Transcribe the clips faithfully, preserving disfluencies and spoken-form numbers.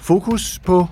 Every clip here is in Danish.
Fokus på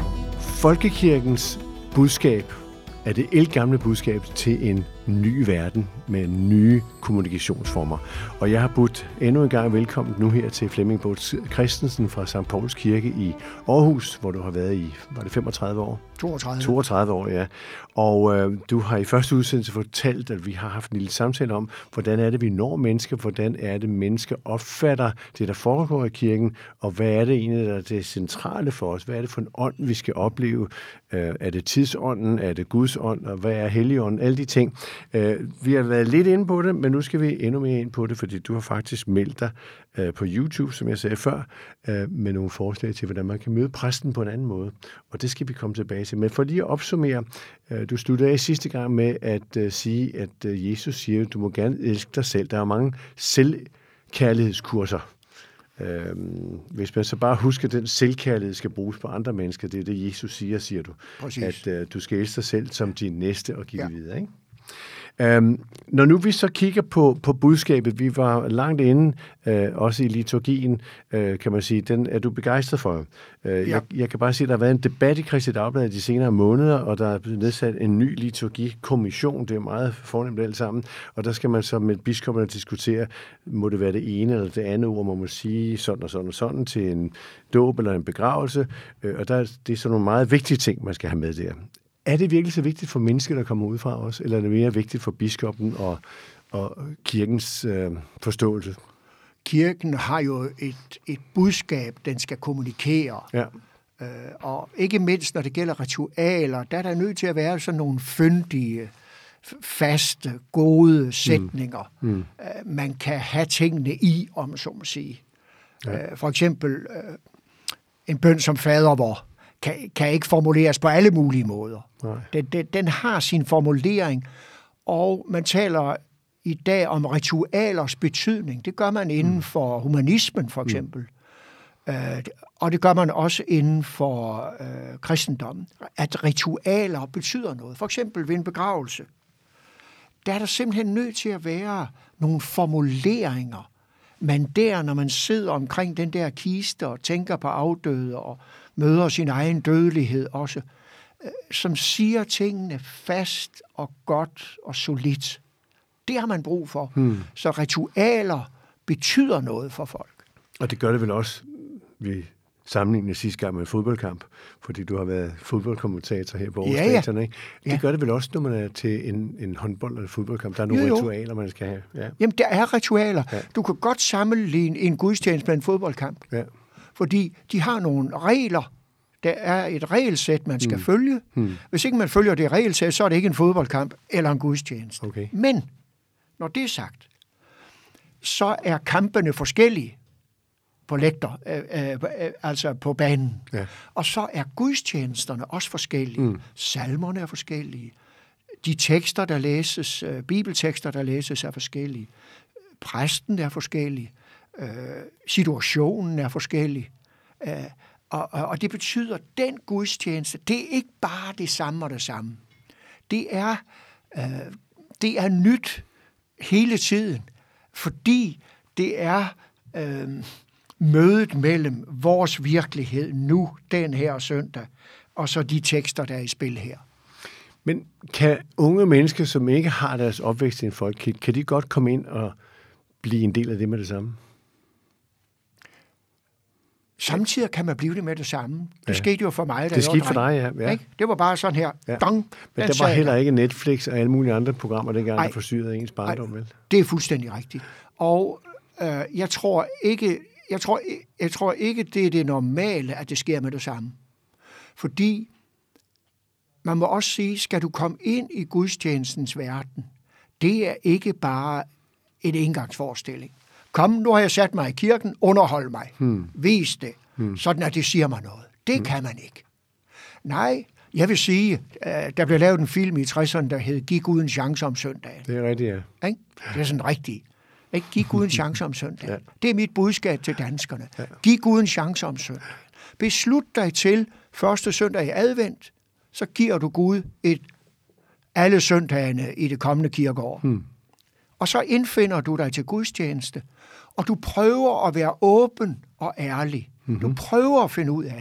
folkekirkens budskab er det ældgamle budskab til en ny verden med nye kommunikationsformer. Og jeg har budt endnu en gang velkommen nu her til Flemming Bolt Christensen fra Sankt Pauls Kirke i Aarhus, hvor du har været i, var det femogtredive år? toogtredive. toogtredive år, ja. Og øh, du har i første udsendelse fortalt, at vi har haft en lille samtale om, hvordan er det, vi når mennesker, hvordan er det, mennesker opfatter det, der foregår i kirken, og hvad er det egentlig, der er det centrale for os? Hvad er det for en ånd, vi skal opleve? Øh, er det tidsånden? Er det Guds ånd? Og hvad er Helligånden? Alle de ting. Øh, vi har været lidt inde på det, men nu skal vi endnu mere ind på det, fordi du har faktisk meldt dig øh, på YouTube, som jeg sagde før, øh, med nogle forslag til, hvordan man kan møde præsten på en anden måde. Og det skal vi komme tilbage til. Men for lige at opsummere, øh, du sluttede af sidste gang med at øh, sige, at øh, Jesus siger, at du må gerne elske dig selv. Der er mange selvkærlighedskurser. Øh, hvis man så bare husker, at den selvkærlighed skal bruges på andre mennesker, det er det, Jesus siger, siger du. Præcis. At øh, du skal elske dig selv som din næste og give ja. det videre, ikke? Um, når nu vi så kigger på, på budskabet, vi var langt inde, uh, også i liturgien, uh, kan man sige, den er du begejstret for. Uh, ja. jeg, jeg kan bare sige, at der har været en debat i Kristi Dagblad de senere måneder, og der er blevet nedsat en ny liturgikommission, det er meget fornemt alt sammen, og der skal man så med biskopperne diskutere, må det være det ene eller det andet ord, må man sige sådan og sådan og sådan til en dåb eller en begravelse, uh, og der, det er sådan nogle meget vigtige ting, man skal have med der. Er det virkelig så vigtigt for mennesker, der kommer ud fra os, eller er det mere vigtigt for biskoppen og, og kirkens øh, forståelse? Kirken har jo et, et budskab, den skal kommunikere. Ja. Øh, og ikke mindst, når det gælder ritualer, der er der nødt til at være sådan nogle fyndige, faste, gode sætninger. Mm. Mm. Øh, man kan have tingene i, om så må sige. Ja. Øh, for eksempel øh, en bøn som fader vor. Kan, kan ikke formuleres på alle mulige måder. Den, den, den har sin formulering, og man taler i dag om ritualers betydning. Det gør man inden for humanismen, for eksempel. Mm. Øh, og det gør man også inden for øh, kristendommen. At ritualer betyder noget. For eksempel ved en begravelse. Der er der simpelthen nødt til at være nogle formuleringer. Man der, når man sidder omkring den der kiste og tænker på afdøde og møder sin egen dødelighed også, øh, som siger tingene fast og godt og solidt. Det har man brug for. Hmm. Så ritualer betyder noget for folk. Og det gør det vel også, vi sammenlignede sidste gang med en fodboldkamp, fordi du har været fodboldkommentator her på Aarhus ja, ja. Stadion, ikke? Det ja. gør det vel også, når man er til en, en håndbold- eller fodboldkamp. Der er nogle jo, jo. ritualer, man skal have. Ja. Jamen, der er ritualer. Ja. Du kan godt sammenligne en gudstjeneste med en fodboldkamp. Ja. Fordi de har nogle regler. Der er et regelsæt, man skal hmm. følge. Hmm. Hvis ikke man følger det regelsæt, så er det ikke en fodboldkamp eller en gudstjeneste. Okay. Men, når det er sagt, så er kampene forskellige på lægter, øh, øh, altså på banen. Ja. Og så er gudstjenesterne også forskellige. Mm. Salmerne er forskellige. De tekster, der læses, øh, bibeltekster, der læses, er forskellige. Præsten er forskellig. Øh, situationen er forskellig. Øh, og, og det betyder, at den gudstjeneste, det er ikke bare det samme og det samme. Det er, øh, det er nyt hele tiden, fordi det er øh, mødet mellem vores virkelighed nu, den her søndag, og så de tekster, der er i spil her. Men kan unge mennesker, som ikke har deres opvækst i en folkekirke, kan de godt komme ind og blive en del af det med det samme? Samtidig kan man blive det med det samme. Det ja. skete jo for mig, da det skete for dig, ja. ja. Det var bare sådan her. Ja. Dong, men der var heller der. ikke Netflix og alle mulige andre programmer, dengang der forsyrede ens barndom, vel? Det er fuldstændig rigtigt. Og øh, jeg tror ikke, jeg tror, jeg tror ikke, det er det normale, at det sker med det samme. Fordi man må også sige, skal du komme ind i gudstjenestens verden, det er ikke bare en engangsforestilling. Kom, nu har jeg sat mig i kirken, underhold mig, hmm. vis det, hmm. sådan at det siger mig noget. Det hmm. kan man ikke. Nej, jeg vil sige, der blev lavet en film i tresserne, der hed Giv Gud en chance om søndagen. Det er rigtigt, ja. Ikke? Det er sådan rigtigt. Ikke? Giv Gud en chance om søndagen. Ja. Det er mit budskab til danskerne. Ja. Giv Gud en chance om søndagen. Beslut dig til første søndag i advent, så giver du Gud et alle søndagene i det kommende kirkeår. Hmm. Og så indfinder du dig til gudstjeneste, og du prøver at være åben og ærlig. Mm-hmm. Du prøver at finde ud af det.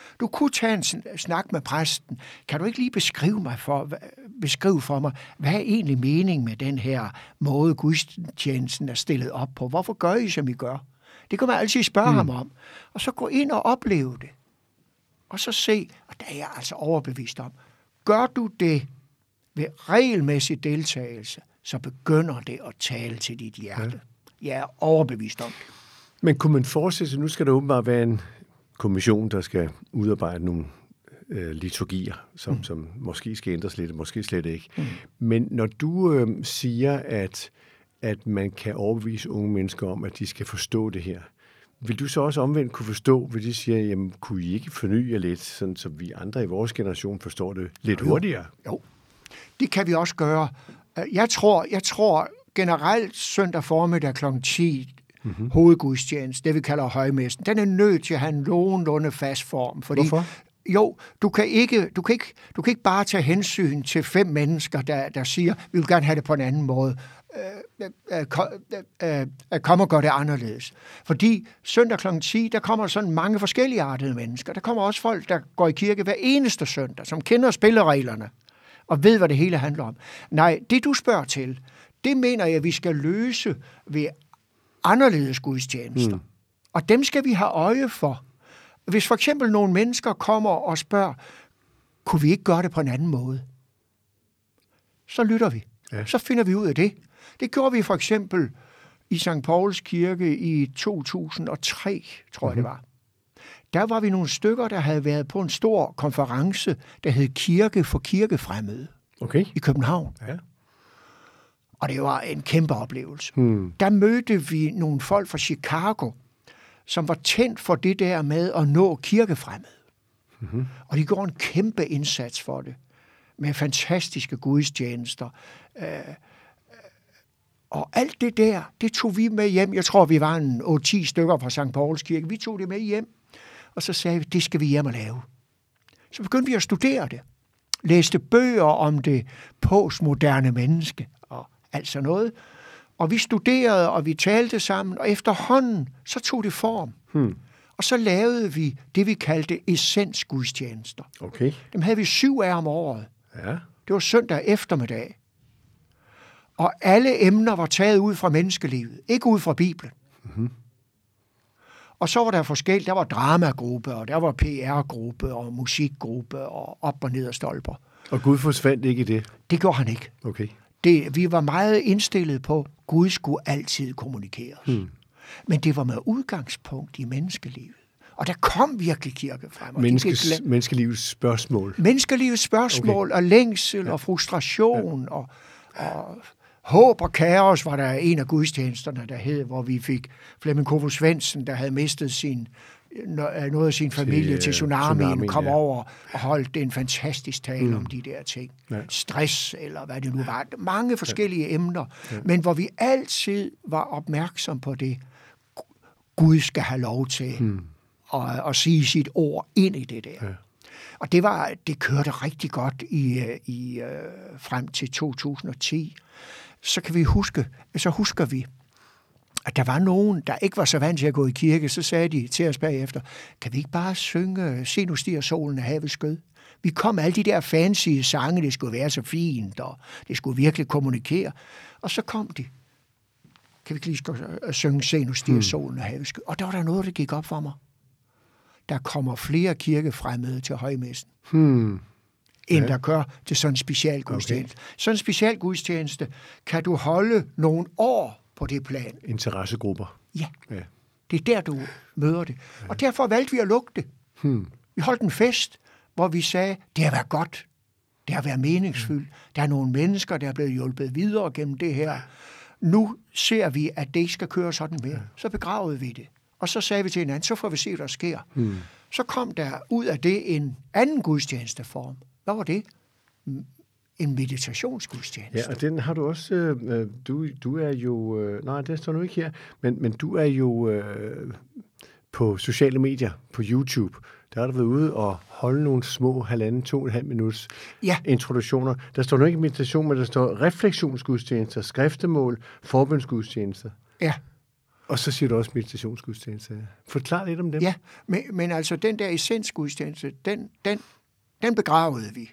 Du kunne tage en snak med præsten. Kan du ikke lige beskrive, mig for, beskrive for mig, hvad er egentlig meningen med den her måde, gudstjenesten er stillet op på? Hvorfor gør I, som I gør? Det kan man altid spørge mm. ham om. Og så gå ind og opleve det. Og så se, og der er jeg altså overbevist om, gør du det ved regelmæssig deltagelse, så begynder det at tale til dit hjerte. Ja. Jeg er overbevist om det. Men kunne man forestille sig, nu skal der åbenbart være en kommission, der skal udarbejde nogle øh, liturgier, som, mm. som måske skal ændres lidt, måske slet ikke. Mm. Men når du øh, siger, at, at man kan overbevise unge mennesker om, at de skal forstå det her, vil du så også omvendt kunne forstå, hvis de siger, jamen kunne I ikke forny jer lidt, sådan så vi andre i vores generation forstår det lidt jo, hurtigere? Jo, det kan vi også gøre. Jeg tror, jeg tror generelt søndag formiddag klokken ti, mm-hmm. hovedgudstjeneste, det vi kalder højmessen, den er nødt til at have en nogenlunde fast form. Fordi, hvorfor? Jo, du kan, ikke, du, kan ikke, du kan ikke bare tage hensyn til fem mennesker, der, der siger, vi vil gerne have det på en anden måde. Øh, øh, øh, øh, kom og gør det anderledes. Fordi søndag klokken ti, der kommer sådan mange forskellige artede mennesker. Der kommer også folk, der går i kirke hver eneste søndag, som kender spillereglerne og ved, hvad det hele handler om. Nej, det du spørger til, det mener jeg, vi skal løse ved anderledes gudstjenester. Mm. Og dem skal vi have øje for. Hvis for eksempel nogle mennesker kommer og spørger, kunne vi ikke gøre det på en anden måde? Så lytter vi. Ja. Så finder vi ud af det. Det gjorde vi for eksempel i Sankt Pauls Kirke i to tusind og tre, tror mm-hmm. jeg det var. Der var vi nogle stykker, der havde været på en stor konference, der hed Kirke for kirkefremmede okay. i København. Ja. Og det var en kæmpe oplevelse. Hmm. Der mødte vi nogle folk fra Chicago, som var tændt for det der med at nå kirkefremmede. Mm-hmm. Og de gjorde en kæmpe indsats for det, med fantastiske gudstjenester. Øh, og alt det der, det tog vi med hjem. Jeg tror, vi var en otte ti stykker fra Sankt Pauls Kirke. Vi tog det med hjem, og så sagde vi, det skal vi hjem og lave. Så begyndte vi at studere det. Læste bøger om det postmoderne menneske og alt sådan noget. Og vi studerede, og vi talte sammen, og efterhånden, så tog det form. Hmm. Og så lavede vi det, vi kaldte essensgudstjenester. Okay. Dem havde vi syv af om året. Ja. Det var søndag eftermiddag. Og alle emner var taget ud fra menneskelivet, ikke ud fra Bibelen. Mm-hmm. Og så var der forskellige, der var dramagruppe, og der var P R-gruppe, og musikgruppe, og op og ned og stolper. Og Gud forsvandt ikke i det? Det gjorde han ikke. Okay. Det, vi var meget indstillet på, at Gud skulle altid kommunikeres. Hmm. Men det var med udgangspunkt i menneskelivet. Og der kom virkelig kirke frem. Menneskes, menneskelivets spørgsmål. Menneskelivets spørgsmål, okay. Og længsel, ja. Og frustration, ja. og, og håb og kaos var der en af gudstjenesterne, der hed, hvor vi fik Flemming Kofod Svendsen, der havde mistet sin, noget af sin familie til, til tsunamien, tsunami, kom ja. over og holdt en fantastisk tale mm. om de der ting. Ja. Stress, eller hvad det nu var. Mange forskellige ja. emner, ja. men hvor vi altid var opmærksom på det. Gud skal have lov til mm. at, at sige sit ord ind i det der. Ja. Og det var, det kørte rigtig godt i, i uh, frem til to tusind og ti. Så kan vi huske, så husker vi, at der var nogen, der ikke var så vant til at gå i kirke, så sagde de til os bagefter, kan vi ikke bare synge Se nu stiger solen af havets skød? Vi kom med alle de der fancy sange, det skulle være så fint, og det skulle virkelig kommunikere. Og så kom de. Kan vi ikke lige synge Se nu stiger solen af havets skød? Og der var der noget, der gik op for mig. Der kommer flere kirkefremmede til højmessen, hmm. end ja. der gør til sådan en specialgudstjeneste. Okay. Sådan en specialgudstjeneste kan du holde nogle år på det plan. Interessegrupper. Ja, ja. Det er der, du møder det. Ja. Og derfor valgte vi at lukke det. Hmm. Vi holdt en fest, hvor vi sagde, det har været godt. Det har været meningsfyldt. Hmm. Der er nogle mennesker, der er blevet hjulpet videre gennem det her. Nu ser vi, at det ikke skal køre sådan mere. Ja. Så begravede vi det. Og så sagde vi til hinanden, så får vi se, hvad der sker. Hmm. Så kom der ud af det en anden gudstjenesteform. Hvad var det? En meditationsgudstjeneste. Ja, og den har du også, øh, du, du er jo, øh, nej, det står nu ikke her, men, men du er jo øh, på sociale medier, på YouTube, der har du været ude og holde nogle små halvanden, to og en halv minuts ja. introduktioner. Der står nu ikke meditation, men der står refleksionsgudstjenester, skriftemål, forbønsgudstjenester. Ja. Og så siger du også meditationsgudstjeneste. Forklar lidt om dem. Ja, men, men altså den der essensgudstjeneste, den, den, den begravede vi.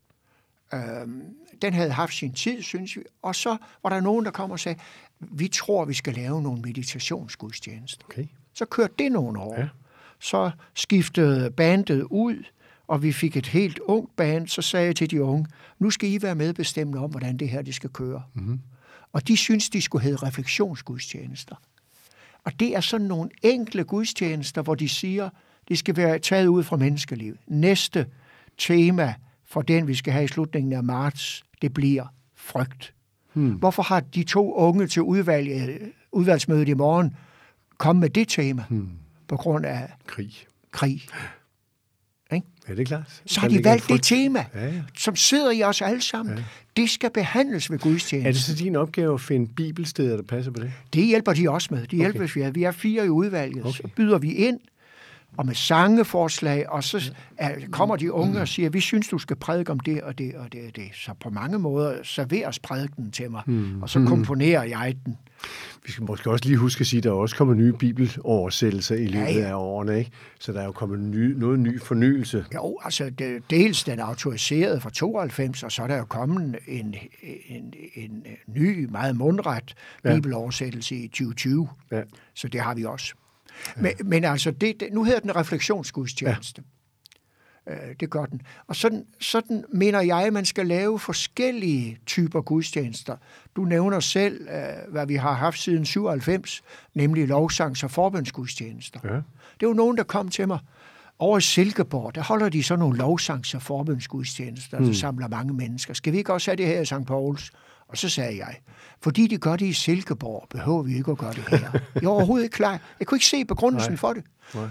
Øhm, den havde haft sin tid, synes vi. Og så var der nogen, der kom og sagde, vi tror, vi skal lave nogle meditationsgudstjenester. Okay. Så kørte det nogle år. Ja. Så skiftede bandet ud, og vi fik et helt ungt band. Så sagde jeg til de unge, nu skal I være medbestemmende om, hvordan det her det skal køre. Mm-hmm. Og de synes, de skulle hedde refleksionsgudstjenester. Og det er sådan nogle enkle gudstjenester, hvor de siger, det skal være taget ud fra menneskelivet. Næste tema for den, vi skal have i slutningen af marts, det bliver frygt. Hmm. Hvorfor har de to unge til udvalg, udvalgsmødet i morgen kommet med det tema? Hmm. På grund af krig. krig. Ikke? Ja, det er klart. Så har de valgt det tema, ja, ja. som sidder i os alle sammen. Ja. Det skal behandles ved gudstjenesten. Er det så din opgave at finde bibelsteder, der passer på det? Det hjælper de også med. Det hjælper okay. vi. Vi er fire i udvalget. Okay. Så byder vi ind, og med sangeforslag, og så er, kommer de unge og siger, vi synes, du skal prædike om det og det og det og det. Så på mange måder serveres prædiken til mig, hmm. og så komponerer jeg den. Vi skal måske også lige huske at sige, at der er også kommet nye bibeloversættelser i løbet ja, ja. af årene, ikke? Så der er jo kommet ny, noget ny fornyelse. Jo, altså det, dels den autoriserede fra tooghalvfems, og så er der jo kommet en, en, en ny, meget mundret ja. bibeloversættelse i tyve tyve. Ja. Så det har vi også. Ja. Men, men altså, det, det, nu hedder den refleksionsgudstjeneste. Ja. Øh, det gør den. Og sådan, sådan mener jeg, at man skal lave forskellige typer gudstjenester. Du nævner selv, øh, hvad vi har haft siden syvoghalvfems, nemlig lovsangs- og forbønsgudstjenester. Ja. Det var nogen, der kom til mig. Over i Silkeborg, der holder de så nogle lovsangs- og forbønsgudstjenester, der hmm. samler mange mennesker. Skal vi ikke også have det her i Sankt Pauls? Og så sagde jeg, fordi de gør det i Silkeborg, behøver vi ikke at gøre det her. Jeg er overhovedet ikke klar. Jeg kunne ikke se begrundelsen Nej. for det. Nej.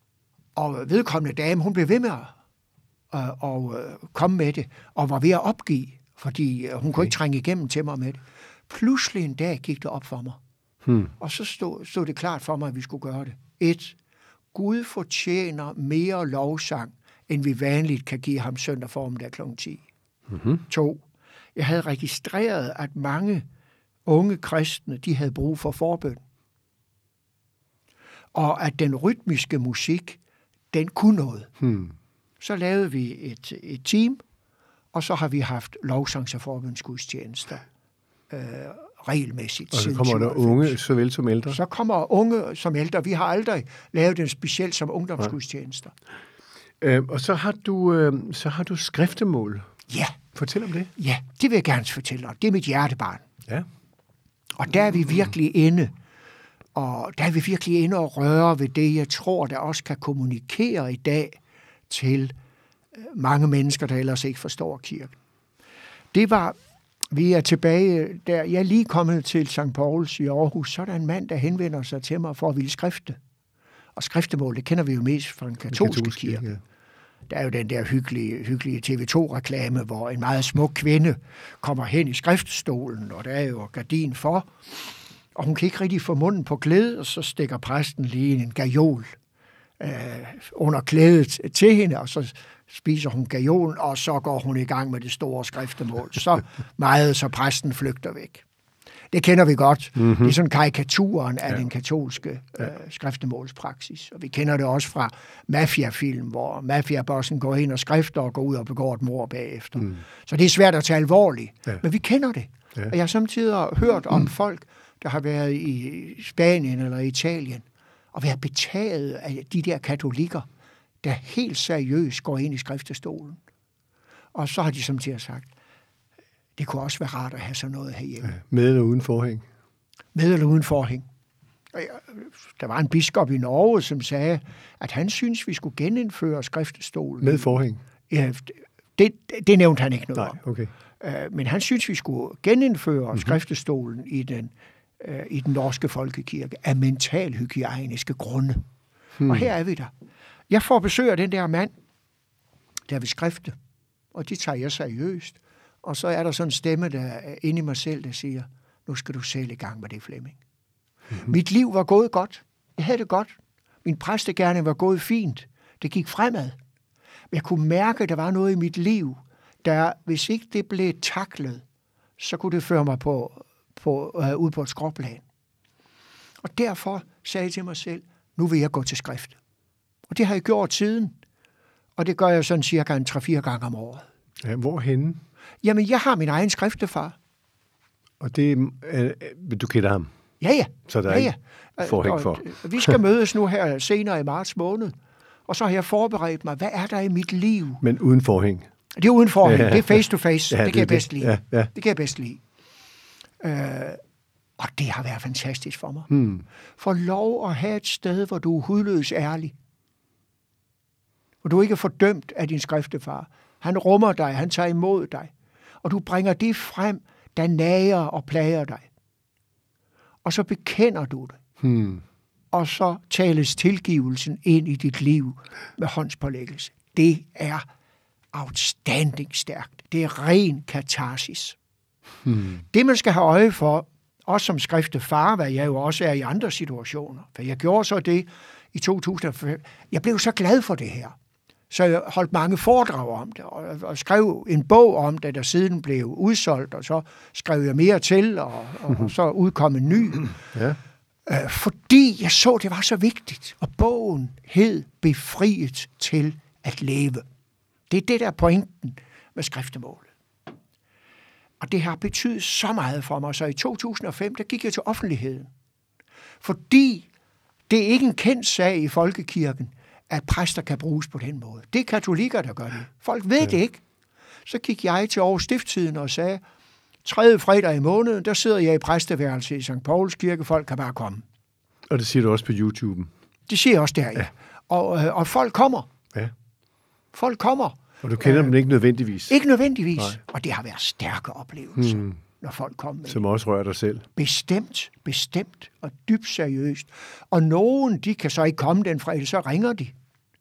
Og vedkommende dame, hun blev ved med at og, og, komme med det, og var ved at opgive, fordi hun okay. kunne ikke trænge igennem til mig med det. Pludselig en dag gik det op for mig. Hmm. Og så stod, stod det klart for mig, at vi skulle gøre det. Et, Gud fortjener mere lovsang, end vi vanligt kan give ham søndag formiddag klokken ti. Mm-hmm. To, jeg havde registreret, at mange unge kristne, de havde brug for forbøn. Og at den rytmiske musik, den kunne noget. Hmm. Så lavede vi et, et team, og så har vi haft lovsangs- og forbønsgudstjenester øh, regelmæssigt. Og så kommer der unge såvel som ældre? Så kommer unge som ældre. Vi har aldrig lavet den specielt som ungdomsgudstjenester. Øh, og så har du, øh, så har du skriftemål. Ja. Fortæl om det. Ja, det vil jeg gerne fortælle om. Det er mit hjertebarn. Ja. Og der er vi virkelig inde. Og der er vi virkelig inde og røre ved det, jeg tror, der også kan kommunikere i dag til mange mennesker, der ellers ikke forstår kirken. Det var, vi er tilbage, der jeg er lige kommet til Sankt Pauls i Aarhus, så er der en mand, der henvender sig til mig for at ville skrifte. Og skriftemål, det kender vi jo mest fra den katolske, katolske kirke. Ja. Der er jo den der hyggelige, hyggelige T V to-reklame, hvor en meget smuk kvinde kommer hen i skriftestolen, og der er jo gardin for, og hun kan ikke rigtig få munden på klædet, og så stikker præsten lige en gajol øh, under klædet til hende, og så spiser hun gajolen, og så går hun i gang med det store skriftemål. Så meget, så præsten flygter væk. Det kender vi godt. Mm-hmm. Det er sådan karikaturen af ja. den katolske øh, skriftemålspraksis. Og vi kender det også fra mafiafilm, hvor mafiabossen går ind og skrifter og går ud og begår et mord bagefter. Mm. Så det er svært at tage alvorligt. Ja. Men vi kender det. Ja. Og jeg har samtidig hørt om mm. folk, der har været i Spanien eller Italien, og været betaget af de der katolikker, der helt seriøst går ind i skriftestolen. Og så har de samtidig sagt, det kunne også være rart at have sådan noget herhjemme. Ja, med eller uden forhæng? Med eller uden forhæng. Der var en biskop i Norge, som sagde, at han synes, vi skulle genindføre skriftestolen. Med forhæng? Ja, det, det nævnte han ikke noget Nej, okay. om. Men han synes, vi skulle genindføre mm-hmm. skriftestolen i den, i den norske folkekirke af mentalhygiejniske grunde. Hmm. Og her er vi der. Jeg får besøg af den der mand, der vil skrifte, og de tager jeg seriøst. Og så er der sådan en stemme, der er inde i mig selv, der siger, nu skal du selv i gang med det, Flemming. Mm-hmm. Mit liv var gået godt. Jeg havde det godt. Min præstegerning var gået fint. Det gik fremad. Men jeg kunne mærke, at der var noget i mit liv, der, hvis ikke det blev taklet, så kunne det føre mig på, på, uh, ud på et skråplan. Og derfor sagde jeg til mig selv, nu vil jeg gå til skrift. Og det har jeg gjort siden. Og det gør jeg sådan cirka en tre-fire gange om året. Ja, hvorhenne? Jamen, jeg har min egen skriftefar. Og det, øh, du kender ham? Ja, ja. Så der er ja, ja. forhæng for. Vi skal mødes nu her senere i marts måned. Og så har jeg forberedt mig, hvad er der i mit liv? Men uden forhæng? Det er uden forhæng. Ja. Det er face to face. Ja, det, det kan jeg bedst lide. Ja, ja. Det kan jeg bedst lide. Øh, og det har været fantastisk for mig. Hmm. For lov at have et sted, hvor du er hudløs ærlig. Hvor du ikke er fordømt af din skriftefar. Han rummer dig, han tager imod dig. Og du bringer det frem, der nager og plager dig. Og så bekender du det. Hmm. Og så tales tilgivelsen ind i dit liv med håndspålæggelse. Det er outstanding stærkt. Det er ren katarsis. Hmm. Det, man skal have øje for, også som skriftefar, hvad jeg jo også er i andre situationer, for jeg gjorde så det i to tusind og fem. Jeg blev så glad for det her. Så jeg holdt mange foredrag om det, og, og skrev en bog om det, der siden blev udsolgt, og så skrev jeg mere til, og, og, og så udkom en ny. Ja. Øh, fordi jeg så, det var så vigtigt, og bogen hed Befriet til at leve. Det er det, der er pointen med skriftemålet. Og det har betydet så meget for mig, så i to tusind og fem, der gik jeg til offentligheden. Fordi det er ikke en kendt sag i folkekirken, at præster kan bruges på den måde. Det er katolikker, der gør det. Folk ved ja. det ikke. Så gik jeg til Aarhus Stiftstidende og sagde, tredje fredag i måneden, der sidder jeg i præsteværelse i Sankt Pauls Kirke, folk kan bare komme. Og det siger du også på YouTube? Det siger jeg også der, ja. ja. Og, øh, og folk kommer. Ja. Folk kommer. Og du kender øh, dem ikke nødvendigvis? Ikke nødvendigvis. Nej. Og det har været stærke oplevelser, hmm. når folk kommer med. Som også rører dig selv? Bestemt, bestemt og dybt seriøst. Og nogen, de kan så ikke komme den fredag, så ringer de.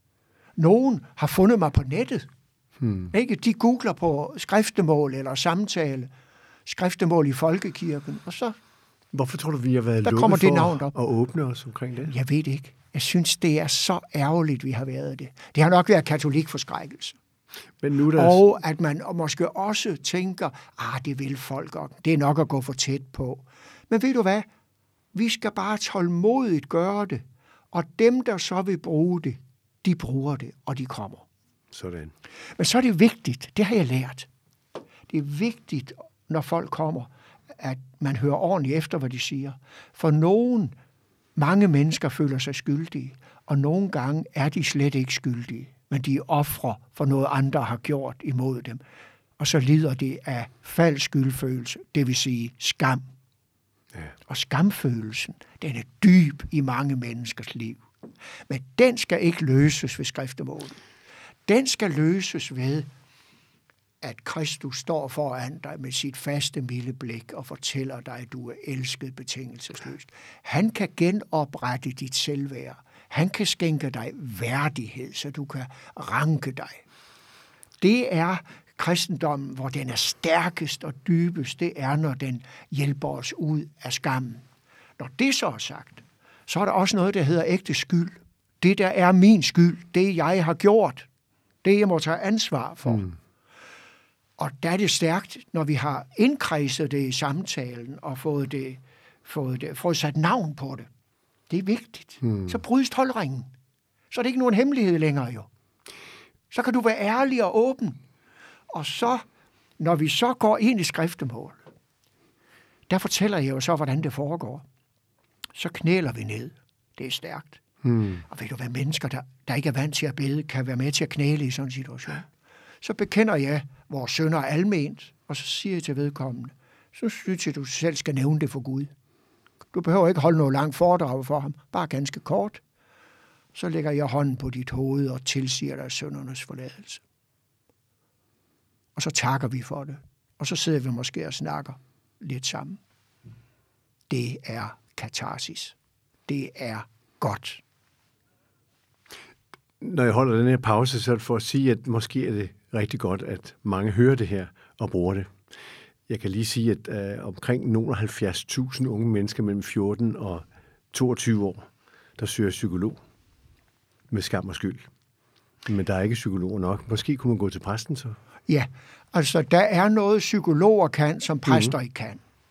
Nogen har fundet mig på nettet. Hmm. Ikke? De googler på skriftemål eller samtale. Skriftemål i folkekirken. Og så... Hvorfor tror du, vi har været der lukket kommer det for navn op. At åbne os omkring det? Jeg ved ikke. Jeg synes, det er så ærgerligt, vi har været det. Det har nok været katolikforskrækkelse. Men nu der... Og at man måske også tænker, ah, det vil folk godt. Det er nok at gå for tæt på. Men ved du hvad? Vi skal bare tålmodigt gøre det. Og dem, der så vil bruge det, de bruger det, og de kommer. Sådan. Men så er det vigtigt, det har jeg lært. Det er vigtigt, når folk kommer, at man hører ordentligt efter, hvad de siger. For nogen, mange mennesker føler sig skyldige, og nogle gange er de slet ikke skyldige, men de er ofre for noget, andre har gjort imod dem. Og så lider det af falsk skyldfølelse, det vil sige skam. Ja. Og skamfølelsen, den er dyb i mange menneskers liv. Men den skal ikke løses ved skriftemålet. Den skal løses ved, at Kristus står foran dig med sit faste milde blik og fortæller dig, at du er elsket betingelsesløst. Han kan genoprette dit selvværd. Han kan skænke dig værdighed, så du kan ranke dig. Det er kristendommen, hvor den er stærkest og dybest. Det er, når den hjælper os ud af skammen. Når det så er sagt, så er der også noget, der hedder ægte skyld. Det, der er min skyld, det jeg har gjort, det jeg må tage ansvar for. Mm. Og der er det stærkt, når vi har indkredset det i samtalen og fået, det, fået, det, fået sat navn på det. Det er vigtigt. Mm. Så brydes toldringen. Så er det ikke nogen hemmelighed længere jo. Så kan du være ærlig og åben. Og så, når vi så går ind i skriftemål, der fortæller jeg jo så, hvordan det foregår. Så knæler vi ned. Det er stærkt. Mm. Og ved du hvad, mennesker, der, der ikke er vant til at bede, kan være med til at knæle i sådan en situation. Så bekender jeg vores synder alment, og så siger jeg til vedkommende, så synes jeg, du selv skal nævne det for Gud. Du behøver ikke holde noget langt foredrag for ham, bare ganske kort. Så lægger jeg hånden på dit hoved og tilsiger dig syndernes forladelse. Og så takker vi for det. Og så sidder vi måske og snakker lidt sammen. Det er katarsis. Det er godt. Når jeg holder den her pause, så er det for at sige, at måske er det rigtig godt, at mange hører det her og bruger det. Jeg kan lige sige, at øh, omkring nogle halvfjerds tusind unge mennesker mellem fjorten og toogtyve år, der søger psykolog med skam og skyld. Men der er ikke psykologer nok. Måske kunne man gå til præsten så? Ja, altså der er noget psykologer kan, som præster mm-hmm. ikke kan.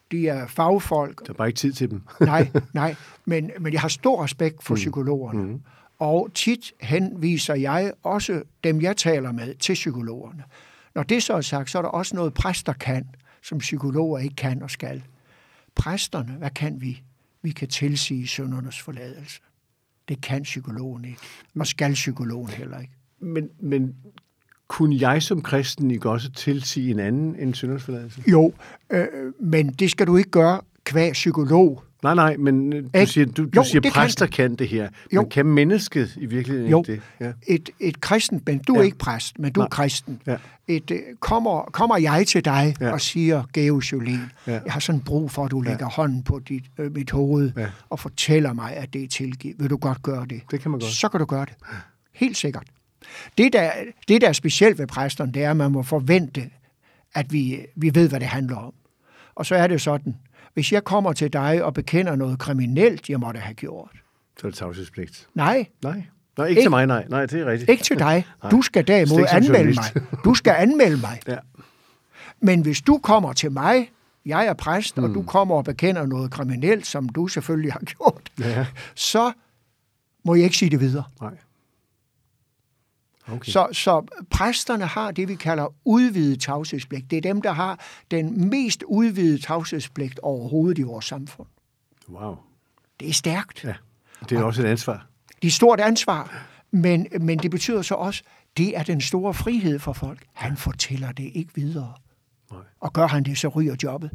de er fagfolk. Der er bare ikke tid til dem. nej, nej, men, men jeg har stor respekt for mm. psykologerne. Mm. Og tit henviser jeg også dem, jeg taler med, til psykologerne. Når det så er sagt, så er der også noget, præster kan, som psykologer ikke kan og skal. Præsterne, hvad kan vi? Vi kan tilsige syndernes forladelse. Det kan psykologen ikke, og skal psykologen heller ikke. Men, men kunne jeg som kristen ikke også tilsige en anden end syndernes forladelse? Jo, øh, men det skal du ikke gøre kvæg psykolog. Nej, nej, men du siger, du, du jo, siger det præster kan, kan det her. Jo. Men kan mennesket i virkeligheden jo. ikke det? Ja. Et, et kristent, men du er ja. ikke præst, men du nej. er kristen. Ja. Et, kommer, kommer jeg til dig ja. og siger, Georg Jolin, ja. jeg har sådan brug for, at du lægger ja. hånden på dit, øh, mit hoved ja. og fortæller mig, at det er tilgivet. Vil du godt gøre det? Det kan man godt. Så kan du gøre det. Helt sikkert. Det der, det, der er specielt ved præsterne, det er, at man må forvente, at vi, vi ved, hvad det handler om. Og så er det sådan, hvis jeg kommer til dig og bekender noget kriminelt, jeg måtte have gjort. Så er det tavshedspligt. Nej. Nej. Nej, ikke, ikke til mig, nej. Nej, det er rigtigt. Ikke til dig. Du skal derimod anmelde mig. Du skal anmelde mig. Ja. Men hvis du kommer til mig, jeg er præst, mm. og du kommer og bekender noget kriminelt, som du selvfølgelig har gjort, ja. så må jeg ikke sige det videre. Nej. Okay. Så, så præsterne har det, vi kalder udvidet tavshedspligt. Det er dem, der har den mest udvidede tavshedspligt overhovedet i vores samfund. Wow. Det er stærkt. Ja. Det er og også et ansvar. Det er et stort ansvar, men, men det betyder så også, det er den store frihed for folk. Han fortæller det ikke videre. Nej. Og gør han det, så ryger jobbet.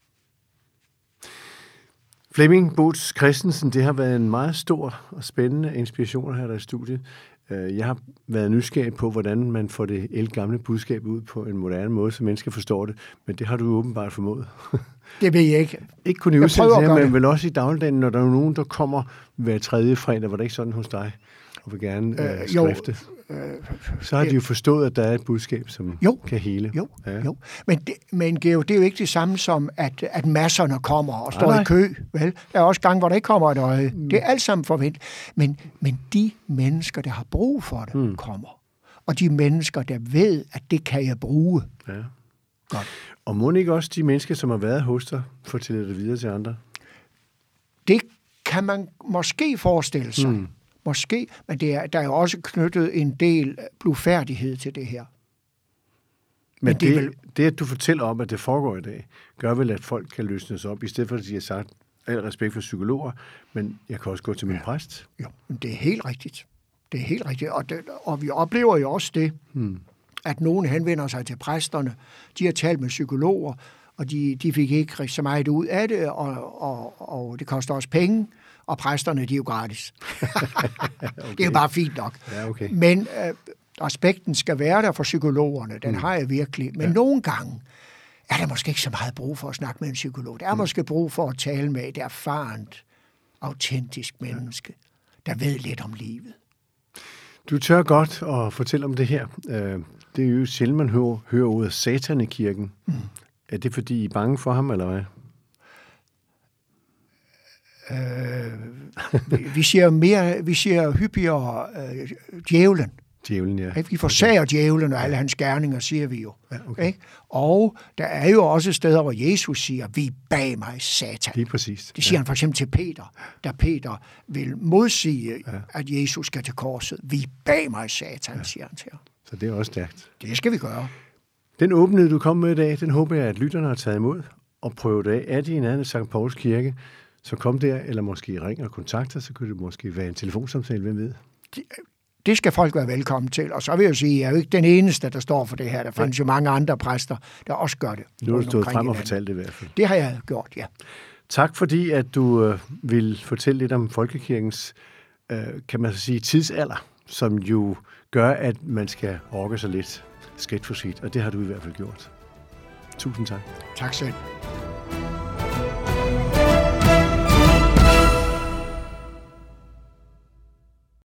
Flemming Boots Christensen, det har været en meget stor og spændende inspiration her i studiet. Jeg har været nysgerrig på, hvordan man får det ældgamle budskab ud på en moderne måde, så mennesker forstår det, men det har du åbenbart formået. Det ved jeg ikke. Ikke kun i udsendelsen her, men vel også i dagligdagen, når der er nogen, der kommer hver tredje fredag, var det ikke sådan hos dig, og vil gerne øh, skrifte. Jo, øh, så har de jo forstået, at der er et budskab, som jo, kan hele. Jo, ja. jo. Men, det, men Georg, det er jo ikke det samme som, at, at masserne kommer og står nej, nej. i kø. Vel? Der er også gange, hvor der ikke kommer et øje. Mm. Det er alt sammen forventet. Men, men de mennesker, der har brug for det, mm. kommer. Og de mennesker, der ved, at det kan jeg bruge. Ja. Godt. Og må ikke også de mennesker, som har været hos dig, fortælle det videre til andre? Det kan man måske forestille sig. Mm. Måske, men det er, der er jo også knyttet en del blufærdighed til det her. Men, men det, det, vel... det, at du fortæller om, at det foregår i dag, gør vel, at folk kan løsnes op, i stedet for, at de har sagt, al respekt for psykologer, men jeg kan også gå til min ja. præst. Jo, men det er helt rigtigt. Det er helt rigtigt, og, det, og vi oplever jo også det, hmm. at nogen henvender sig til præsterne, de har talt med psykologer, og de, de fik ikke så meget ud af det, og, og, og det koster også penge, og præsterne, de er jo gratis. Okay. Det er jo bare fint nok. Ja, okay. Men øh, aspekten skal være der for psykologerne, den mm. har jeg virkelig. Men ja. nogle gange er der måske ikke så meget brug for at snakke med en psykolog. Der er mm. måske brug for at tale med et erfarent, autentisk menneske, ja. der ved lidt om livet. Du tør godt at fortælle om det her. Det er jo sjældent, man hører, hører ordet Satan i kirken. Mm. Er det, fordi I er bange for ham, eller hvad? Øh, vi, vi siger mere, vi siger hyppigere øh, djævlen. Djævlen, ja. Vi forsager okay. djævlen og alle hans gerninger, siger vi jo. Ja, okay. Ikke? Og der er jo også steder, hvor Jesus siger, vi bag mig, Satan. Lige præcis. Det siger ja. han for eksempel til Peter, da Peter vil modsige, ja. at Jesus skal til korset. Vi bag mig, Satan, ja. siger han til ham. Så det er også stærkt. Det skal vi gøre. Den åbenhed, du kom med i dag, den håber jeg, at lytterne har taget imod og prøvet af. Er de i nærheden af Sankt Pauls Kirke, så kom der, eller måske ring og kontakt os, så kunne det måske være en telefonsamtale, hvem ved? Det, det skal folk være velkommen til, og så vil jeg sige, at jeg er jo ikke den eneste, der står for det her. Der findes jo mange andre præster, der også gør det. Nu har du stået frem og fortalt det i hvert fald. Det har jeg gjort, ja. Tak fordi, at du øh, vil fortælle lidt om folkekirkens, øh, kan man så sige, tidsalder, som jo gør, at man skal orke sig lidt skridt for skridt, og det har du i hvert fald gjort. Tusind tak. Tak selv.